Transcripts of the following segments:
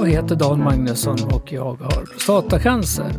Jag heter Dan Magnusson och jag har prostatacancer.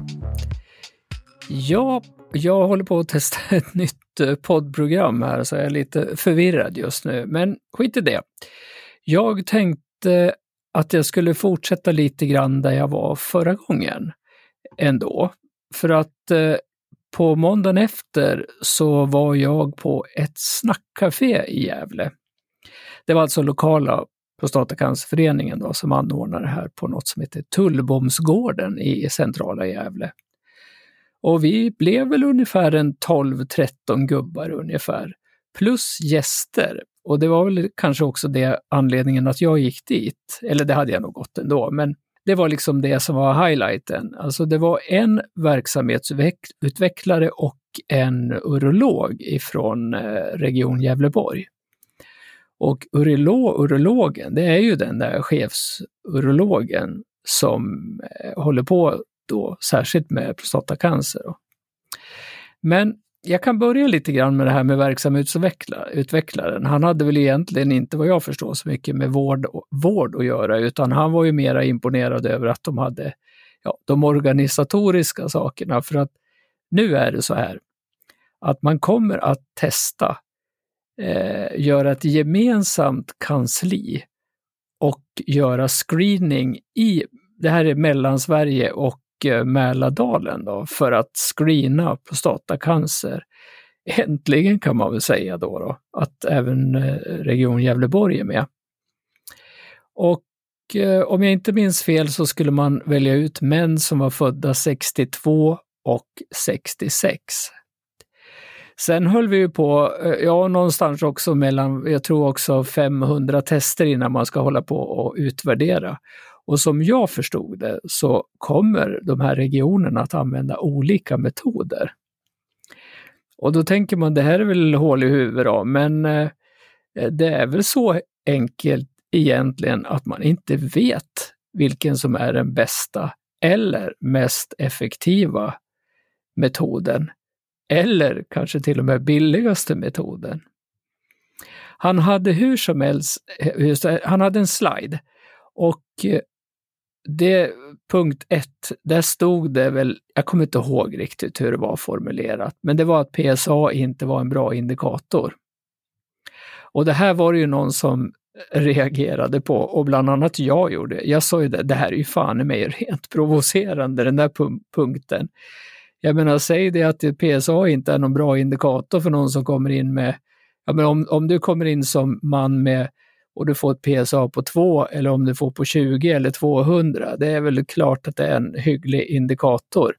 Jag håller på att testa ett nytt poddprogram här, så jag är lite förvirrad just nu. Men skit i det. Jag tänkte att jag skulle fortsätta lite grann där jag var förra gången ändå. För att på måndagen efter så var jag på ett snackcafé i Gävle. Det var alltså lokala Prostatacancerföreningen då, som anordnar det här på något som heter Tullbomsgården i centrala Gävle. Och vi blev väl ungefär en 12-13 gubbar ungefär, plus gäster. Och det var väl kanske också det anledningen att jag gick dit. Eller det hade jag nog gått ändå, men det var liksom det som var highlighten. Alltså det var en verksamhetsutvecklare och en urolog ifrån Region Gävleborg. Och urologen, det är ju den där chefsurologen som håller på då särskilt med prostatacancer. Men jag kan börja lite grann med det här med verksamhetsutvecklaren. Han hade väl egentligen inte, vad jag förstår, så mycket med vård att göra, utan han var ju mera imponerad över att de hade de organisatoriska sakerna. För att nu är det så här att man kommer att testa göra ett gemensamt kansli och göra screening i, det här är Mellansverige och Mälardalen då, för att screena prostatacancer. Äntligen kan man väl säga då att även Region Gävleborg är med. Och om jag inte minns fel så skulle man välja ut män som var födda 62 och 66. Sen höll vi ju på, någonstans också mellan, jag tror också 500 tester innan man ska hålla på och utvärdera. Och som jag förstod det så kommer de här regionerna att använda olika metoder. Och då tänker man, det här är väl hål i huvudet då, men det är väl så enkelt egentligen att man inte vet vilken som är den bästa eller mest effektiva metoden. Eller kanske till och med billigaste metoden. Han hade hur som helst, han hade en slide och det punkt 1, där stod det väl, jag kommer inte ihåg riktigt hur det var formulerat, men det var att PSA inte var en bra indikator. Och det här var det ju någon som reagerade på, och bland annat jag gjorde. Jag sa ju det här är ju fan i mig rent provocerande, den där punkten. Jag menar, säg det att PSA inte är någon bra indikator för någon som kommer in med, om du kommer in som man med och du får ett PSA på 2 eller om du får på 20 eller 200, det är väl klart att det är en hygglig indikator.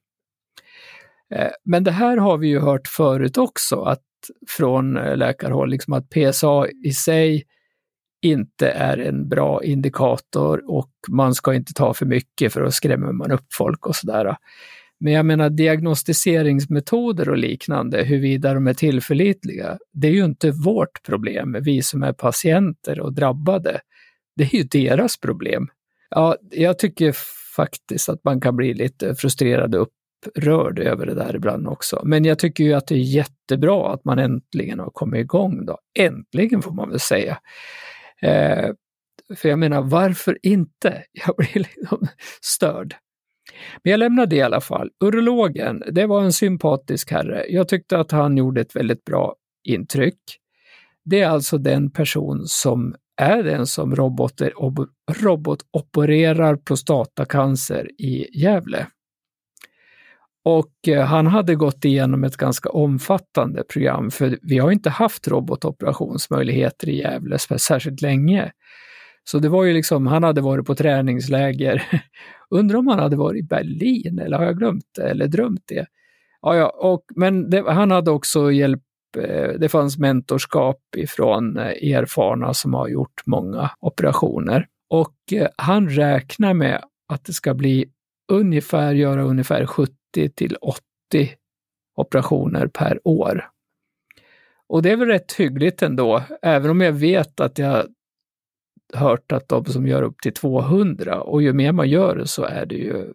Men det här har vi ju hört förut också, att från läkarhåll, liksom att PSA i sig inte är en bra indikator och man ska inte ta för mycket för att skrämma man upp folk och sådär. Men jag menar, diagnostiseringsmetoder och liknande, huruvida de är tillförlitliga, det är ju inte vårt problem, vi som är patienter och drabbade. Det är ju deras problem. Ja, jag tycker faktiskt att man kan bli lite frustrerad och upprörd över det där ibland också. Men jag tycker ju att det är jättebra att man äntligen har kommit igång då. Äntligen får man väl säga. För jag menar, varför inte? Jag blir liksom störd. Men jag lämnade det i alla fall. Urologen, det var en sympatisk herre. Jag tyckte att han gjorde ett väldigt bra intryck. Det är alltså den person som är den som robotopererar prostatacancer i Gävle. Och han hade gått igenom ett ganska omfattande program, för vi har inte haft robotoperationsmöjligheter i Gävle särskilt länge. Så det var ju liksom, han hade varit på träningsläger. Undrar om han hade varit i Berlin, eller har jag glömt det, eller drömt det? Men han hade också hjälp, det fanns mentorskap ifrån erfarna som har gjort många operationer. Och han räknar med att det ska bli göra ungefär 70 till 80 operationer per år. Och det är väl rätt hyggligt ändå, även om jag vet att jag hört att de som gör upp till 200, och ju mer man gör så är det ju,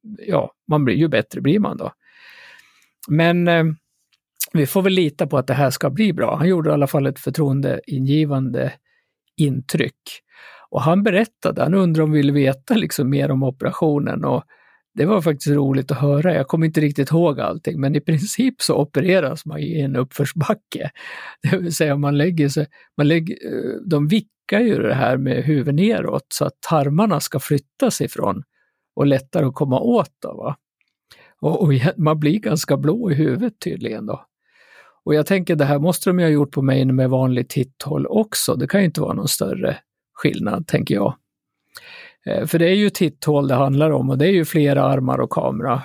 ju bättre blir man då. Men vi får väl lita på att det här ska bli bra. Han gjorde i alla fall ett förtroendeingivande intryck. Och han berättade, han undrade om vi ville veta liksom mer om operationen, och det var faktiskt roligt att höra. Jag kommer inte riktigt ihåg allting, men i princip så opereras man i en uppförsbacke. Det vill säga de vickar ju det här med huvudet neråt så att tarmarna ska flyttas ifrån och lättare att komma åt då, va? Och man blir ganska blå i huvudet tydligen då. Och jag tänker, det här måste de ju ha gjort på mig med vanlig titthåll också. Det kan ju inte vara någon större skillnad, tänker jag. För det är ju titthål det handlar om, och det är ju flera armar och kamera.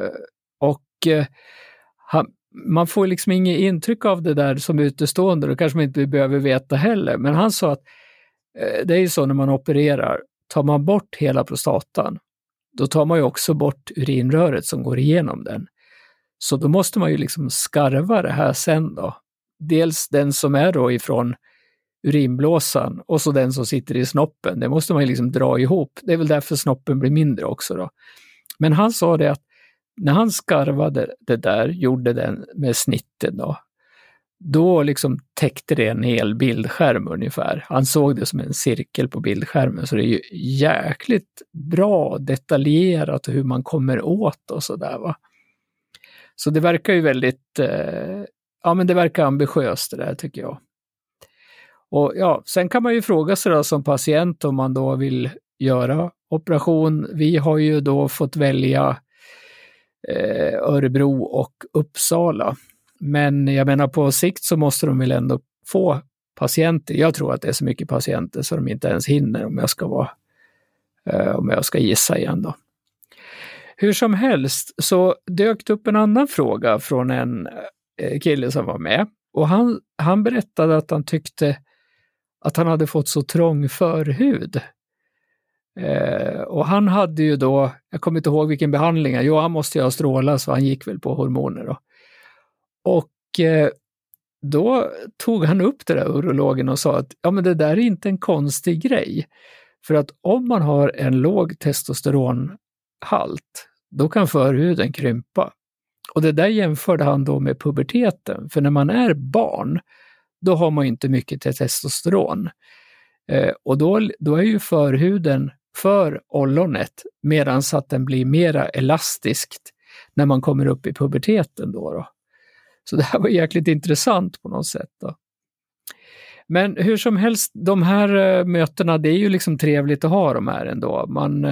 Man får liksom inget intryck av det där som utestående, och kanske man inte behöver veta heller. Men han sa att det är ju så när man opererar, tar man bort hela prostatan, då tar man ju också bort urinröret som går igenom den. Så då måste man ju liksom skarva det här sen då. Dels den som är då ifrån urinblåsan och så den som sitter i snoppen. Det måste man ju liksom dra ihop. Det är väl därför snoppen blir mindre också då. Men han sa det att när han skarvade det där, gjorde den med snitten då liksom täckte det en hel bildskärm ungefär. Han såg det som en cirkel på bildskärmen, så det är ju jäkligt bra detaljerat hur man kommer åt och sådär, va. Så det verkar ju väldigt, men det verkar ambitiöst det där, tycker jag. Och ja, sen kan man ju fråga sig då som patient om man då vill göra operation. Vi har ju då fått välja Örebro och Uppsala. Men jag menar, på sikt så måste de väl ändå få patienter. Jag tror att det är så mycket patienter så de inte ens hinner, om jag ska gissa igen då. Hur som helst så dök det upp en annan fråga från en kille som var med. Och han berättade att han tyckte att han hade fått så trång förhud. Och han hade ju då, jag kommer inte ihåg vilken behandling, han måste ju ha strålat, så han gick väl på hormoner då. Och då tog han upp det där urologen och sa att men det där är inte en konstig grej. För att om man har en låg testosteronhalt, då kan förhuden krympa. Och det där jämförde han då med puberteten. För när man är barn, då har man inte mycket testosteron. Och då är ju förhuden för ollonet, medan så att den blir mera elastiskt när man kommer upp i puberteten då. Så det här var jäkligt intressant på något sätt då. Men hur som helst, de här mötena, det är ju liksom trevligt att ha de här ändå.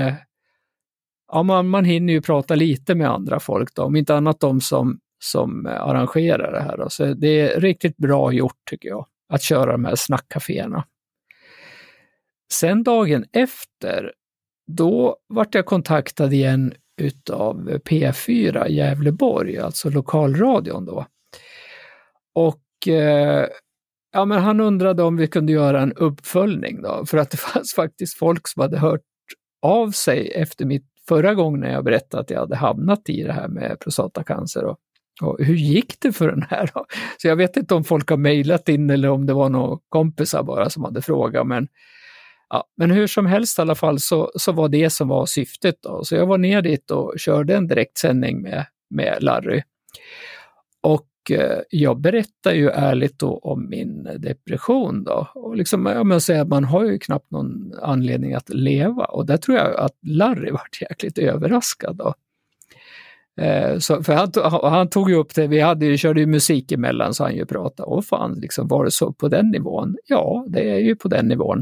Man hinner ju prata lite med andra folk då, om inte annat de som arrangerar det här då. Så det är riktigt bra gjort, tycker jag, att köra de här snackcaféerna. Sen dagen efter, då vart jag kontaktad igen utav P4 Gävleborg, alltså lokalradion då. Och men han undrade om vi kunde göra en uppföljning då, för att det fanns faktiskt folk som hade hört av sig efter mitt förra gången när jag berättade att jag hade hamnat i det här med prostatacancer och hur gick det för den här då? Så jag vet inte om folk har mejlat in eller om det var några kompisar bara som hade frågat, men hur som helst i alla fall så var det som var syftet då. Så jag var ner dit och körde en direktsändning med Larry. Och jag berättar ju ärligt då om min depression då. Och liksom, säger att man har ju knappt någon anledning att leva. Och där tror jag att Larry var jäkligt överraskad då. Så, för han tog ju upp det, körde ju musik emellan, så han ju pratade. Fan, liksom, var det så på den nivån? Ja, det är ju på den nivån.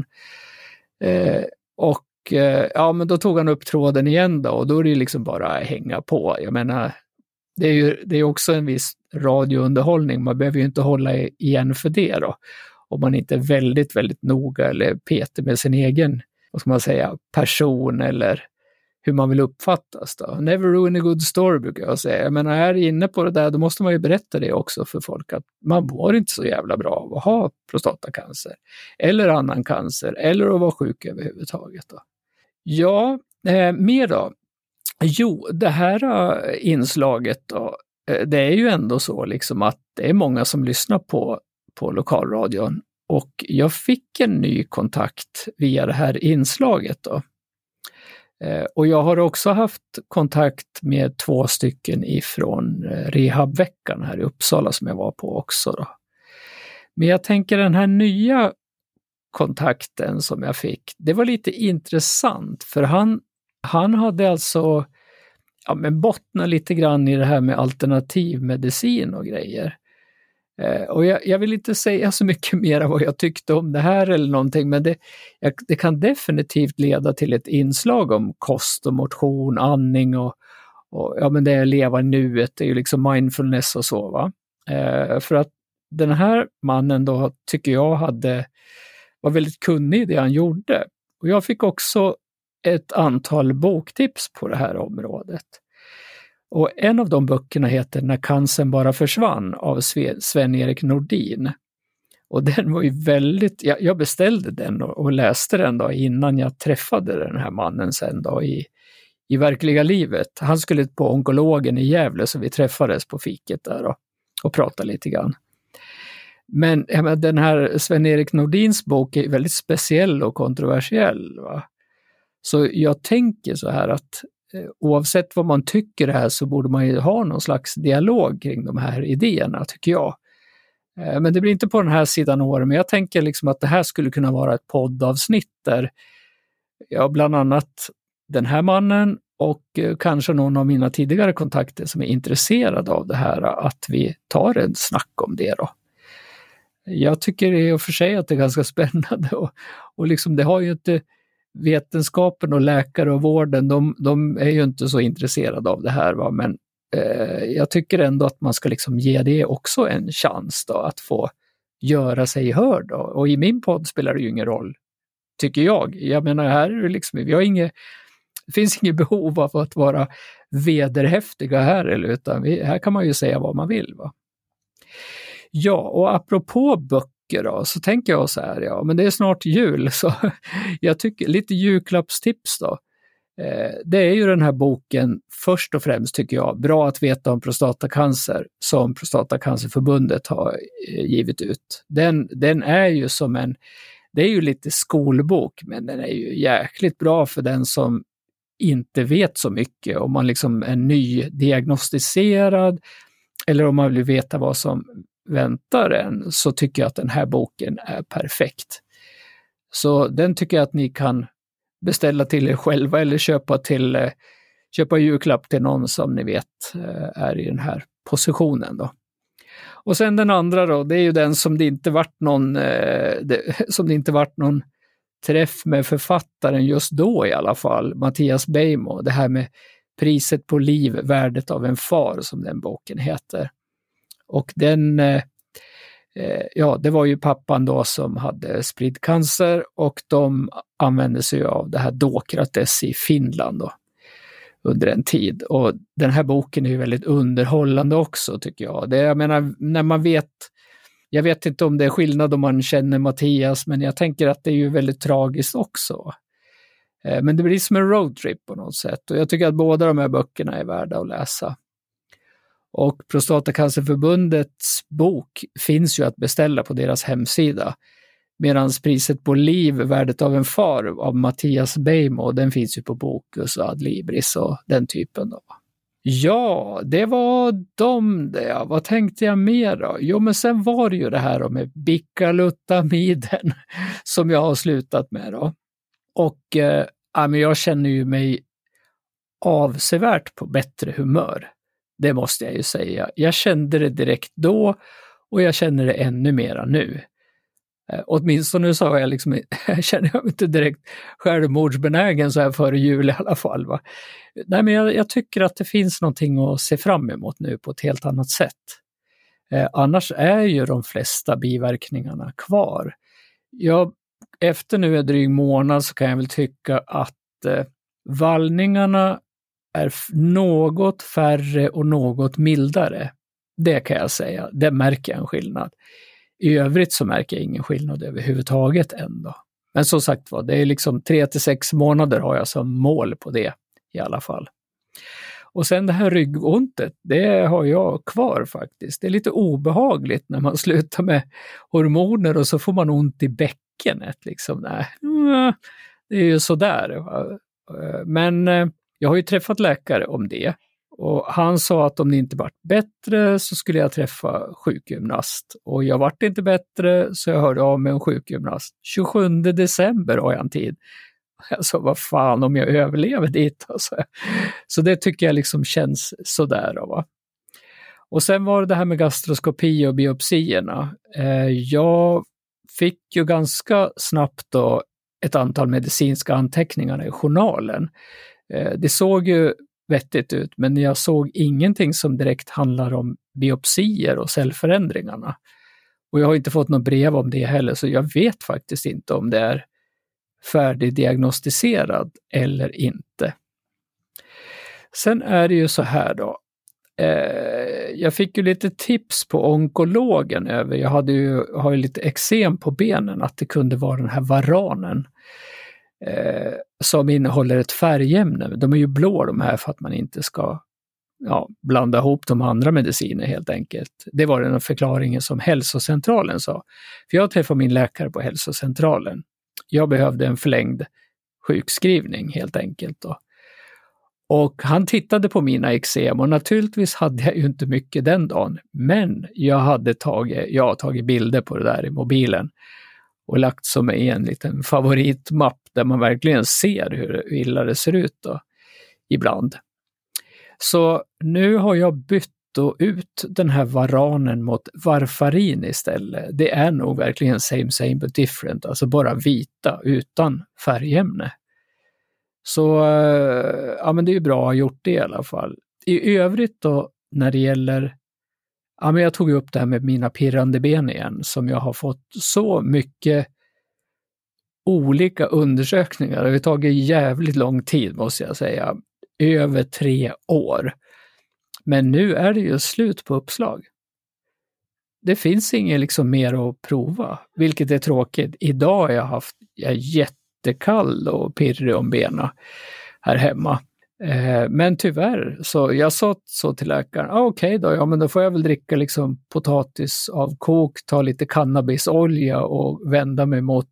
Men då tog han upp tråden igen då, och då är det liksom bara att hänga på. Jag menar, det är också en viss radiounderhållning, man behöver ju inte hålla igen för det då, om man inte är väldigt, väldigt noga eller peter med sin egen, vad ska man säga, person eller hur man vill uppfattas då. Never ruin a good story, brukar jag säga. Jag menar, är inne på det där, då måste man ju berätta det också för folk, att man mår inte så jävla bra av att ha prostatacancer eller annan cancer eller att vara sjuk överhuvudtaget då. Ja, mer då. Jo, det här inslaget då, det är ju ändå så liksom att det är många som lyssnar på lokalradion, och jag fick en ny kontakt via det här inslaget då. Och jag har också haft kontakt med 2 stycken ifrån rehabveckan här i Uppsala som jag var på också då. Men jag tänker, den här nya kontakten som jag fick, det var lite intressant för han hade alltså bottnat lite grann i det här med alternativ medicin och grejer. Och jag vill inte säga så mycket mer vad jag tyckte om det här eller någonting, men det kan definitivt leda till ett inslag om kost och motion, andning och men det är leva i nuet, det är ju liksom mindfulness och så va. För att den här mannen då tycker jag var väldigt kunnig i det han gjorde. Och jag fick också ett antal boktips på det här området. Och en av de böckerna heter När cancern bara försvann av Sven-Erik Nordin. Och den var ju väldigt, jag beställde den och läste den då innan jag träffade den här mannen sen då i verkliga livet. Han skulle på onkologen i Gävle så vi träffades på fiket där och pratade lite grann. Men den här Sven-Erik Nordins bok är väldigt speciell och kontroversiell va. Så jag tänker så här att oavsett vad man tycker här så borde man ju ha någon slags dialog kring de här idéerna tycker jag. Men det blir inte på den här sidan året, men jag tänker liksom att det här skulle kunna vara ett poddavsnitt där bland annat den här mannen och kanske någon av mina tidigare kontakter som är intresserad av det här, att vi tar en snack om det då. Jag tycker i och för sig att det är ganska spännande och liksom det har ju inte vetenskapen och läkare och vården, de är ju inte så intresserade av det här va, men jag tycker ändå att man ska liksom ge det också en chans då att få göra sig hörd då. Och i min podd spelar det ju ingen roll tycker jag. Jag menar här är det liksom, det finns inget behov av att vara vederhäftiga här utan här kan man ju säga vad man vill va. Ja, och apropå böcker då, så tänker jag så här, men det är snart jul så jag tycker lite julklappstips då. Det är ju den här boken först och främst tycker jag, bra att veta om prostatacancer som Prostatacancerförbundet har givit ut. Den är ju det är ju lite skolbok men den är ju jäkligt bra för den som inte vet så mycket, om man liksom är nydiagnostiserad eller om man vill veta vad som väntar en, så tycker jag att den här boken är perfekt. Så den tycker jag att ni kan beställa till er själva eller köpa julklapp till någon som ni vet är i den här positionen då. Och sen den andra då, det är ju den som det inte vart någon träff med författaren just då i alla fall, Mattias Beijmo, det här med priset på liv, värdet av en far som den boken heter. Och det var ju pappan då som hade spridd cancer och de använde sig av det här Dokrates i Finland då, under en tid. Och den här boken är ju väldigt underhållande också tycker jag. Jag menar, när man jag vet inte om det är skillnad om man känner Mattias, men jag tänker att det är ju väldigt tragiskt också. Men det blir som en roadtrip på något sätt och jag tycker att båda de här böckerna är värda att läsa. Och Prostatacancerförbundets bok finns ju att beställa på deras hemsida. Medan priset på liv, värdet av en far av Mattias Beijmo, den finns ju på Bokus och Adlibris och den typen då. Ja, det var det. Vad tänkte jag mer då? Jo, men sen var det ju det här med Bicalutamiden som jag har slutat med då. Och men jag känner ju mig avsevärt på bättre humör. Det måste jag ju säga. Jag kände det direkt då och jag känner det ännu mera nu. Åtminstone så har jag känner jag inte direkt självmordsbenägen så här före jul i alla fall. Va? Nej, men jag tycker att det finns någonting att se fram emot nu på ett helt annat sätt. Annars är ju de flesta biverkningarna kvar. Efter nu en dryg månad så kan jag väl tycka att vallningarna är något färre och något mildare. Det kan jag säga. Det märker jag en skillnad. I övrigt så märker jag ingen skillnad överhuvudtaget ändå. Men som sagt var, det är 3-6 månader har jag som mål på det i alla fall. Och sen det här ryggontet, det har jag kvar faktiskt. Det är lite obehagligt när man slutar med hormoner och så får man ont i bäckenet. Det är ju sådär. Men jag har ju träffat läkare om det Och han sa att om det inte vart bättre så skulle jag träffa sjukgymnast. Och jag vart inte bättre så jag hörde av med en sjukgymnast. 27 december har jag en tid. Jag sa, vad fan om jag överlever dit? Alltså. Så det tycker jag liksom känns sådär. Va? Och sen var det här med gastroskopi och biopsierna. Jag fick ju ganska snabbt då ett antal medicinska anteckningar i journalen. Det såg ju vettigt ut, men jag såg ingenting som direkt handlar om biopsier och cellförändringarna. Och jag har inte fått något brev om det heller, så jag vet faktiskt inte om det är färdigdiagnostiserad eller inte. Sen är det ju så här då. Jag fick ju lite tips på onkologen över, jag har ju lite eksem på benen, att det kunde vara den här varanen som innehåller ett färgämne. De är ju blå de här för att man inte ska blanda ihop de andra mediciner helt enkelt. Det var den förklaringen som hälsocentralen sa. För jag träffade min läkare på hälsocentralen. Jag behövde en förlängd sjukskrivning helt enkelt då. Och han tittade på mina eksem och naturligtvis hade jag ju inte mycket den dagen. Men jag har tagit bilder på det där i mobilen och lagt som i en liten favoritmapp där man verkligen ser hur illa det ser ut då, ibland. Så nu har jag bytt ut den här varanen mot varfarin istället. Det är nog verkligen same but different, alltså bara vita utan färgämne. Så men det är ju bra att ha gjort det i alla fall. I övrigt då när det gäller, men jag tog upp det här med mina pirrande ben igen, som jag har fått så mycket olika undersökningar. Det har tagit jävligt lång tid måste jag säga. Över 3 år. Men nu är det ju slut på uppslag. Det finns inget liksom mer att prova, vilket är tråkigt. Idag har jag jättekall och pirrig om benen här hemma. Men tyvärr, så jag sa så till läkaren, okej då, men då får jag väl dricka liksom potatis av kok, ta lite cannabisolja och vända mig mot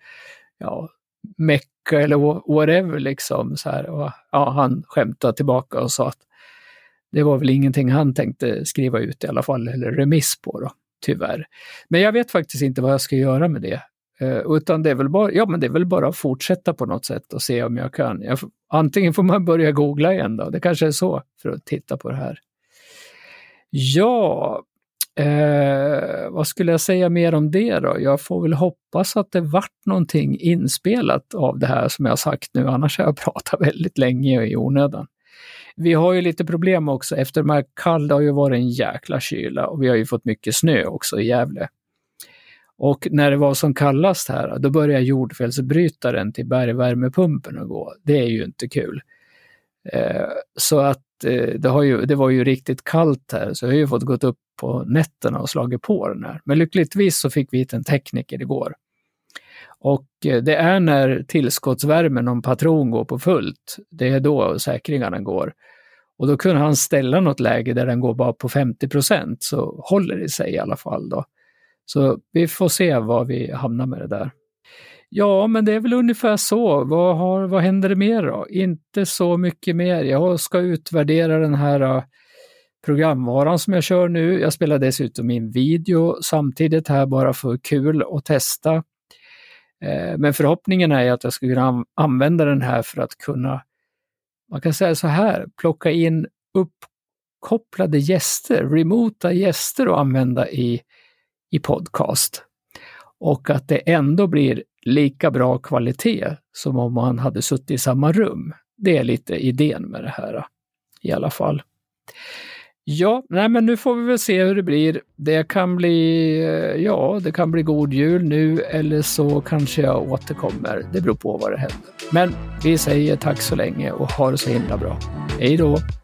Mecca eller whatever liksom så här. Och, han skämtade tillbaka och sa att det var väl ingenting han tänkte skriva ut i alla fall, eller remiss på då, tyvärr. Men jag vet faktiskt inte vad jag ska göra med det. Utan det är väl bara att fortsätta på något sätt och se om jag kan. Antingen får man börja googla igen då, det kanske är så, för att titta på det här. Ja, vad skulle jag säga mer om det då? Jag får väl hoppas att det vart någonting inspelat av det här som jag har sagt nu, annars har jag pratat väldigt länge i onödan. Vi har ju lite problem också, efter de här kalla har ju varit en jäkla kyla och vi har ju fått mycket snö också i Gävle. Och när det var som kallast här, då började jordfelsbrytaren till bergvärmepumpen att gå. Det är ju inte kul. Så att det var ju riktigt kallt här, så jag har ju fått gått upp på nätterna och slagit på den här. Men lyckligtvis så fick vi hit en tekniker igår. Och det är när tillskottsvärmen om patron går på fullt, det är då säkringarna går. Och då kunde han ställa något läge där den går bara på 50%, så håller det sig i alla fall då. Så vi får se vad vi hamnar med det där. Ja, men det är väl ungefär så. Vad händer det mer då? Inte så mycket mer. Jag ska utvärdera den här programvaran som jag kör nu. Jag spelar dessutom in video samtidigt här bara för kul och testa. Men förhoppningen är att jag ska kunna använda den här för att kunna, man kan säga så här, plocka in uppkopplade gäster, remota gäster och använda i podcast. Och att det ändå blir lika bra kvalitet som om man hade suttit i samma rum. Det är lite idén med det här i alla fall. Ja, men nu får vi väl se hur det blir. Det kan bli god jul nu, eller så kanske jag återkommer. Det beror på vad det händer. Men vi säger tack så länge och ha det så himla bra. Hej då!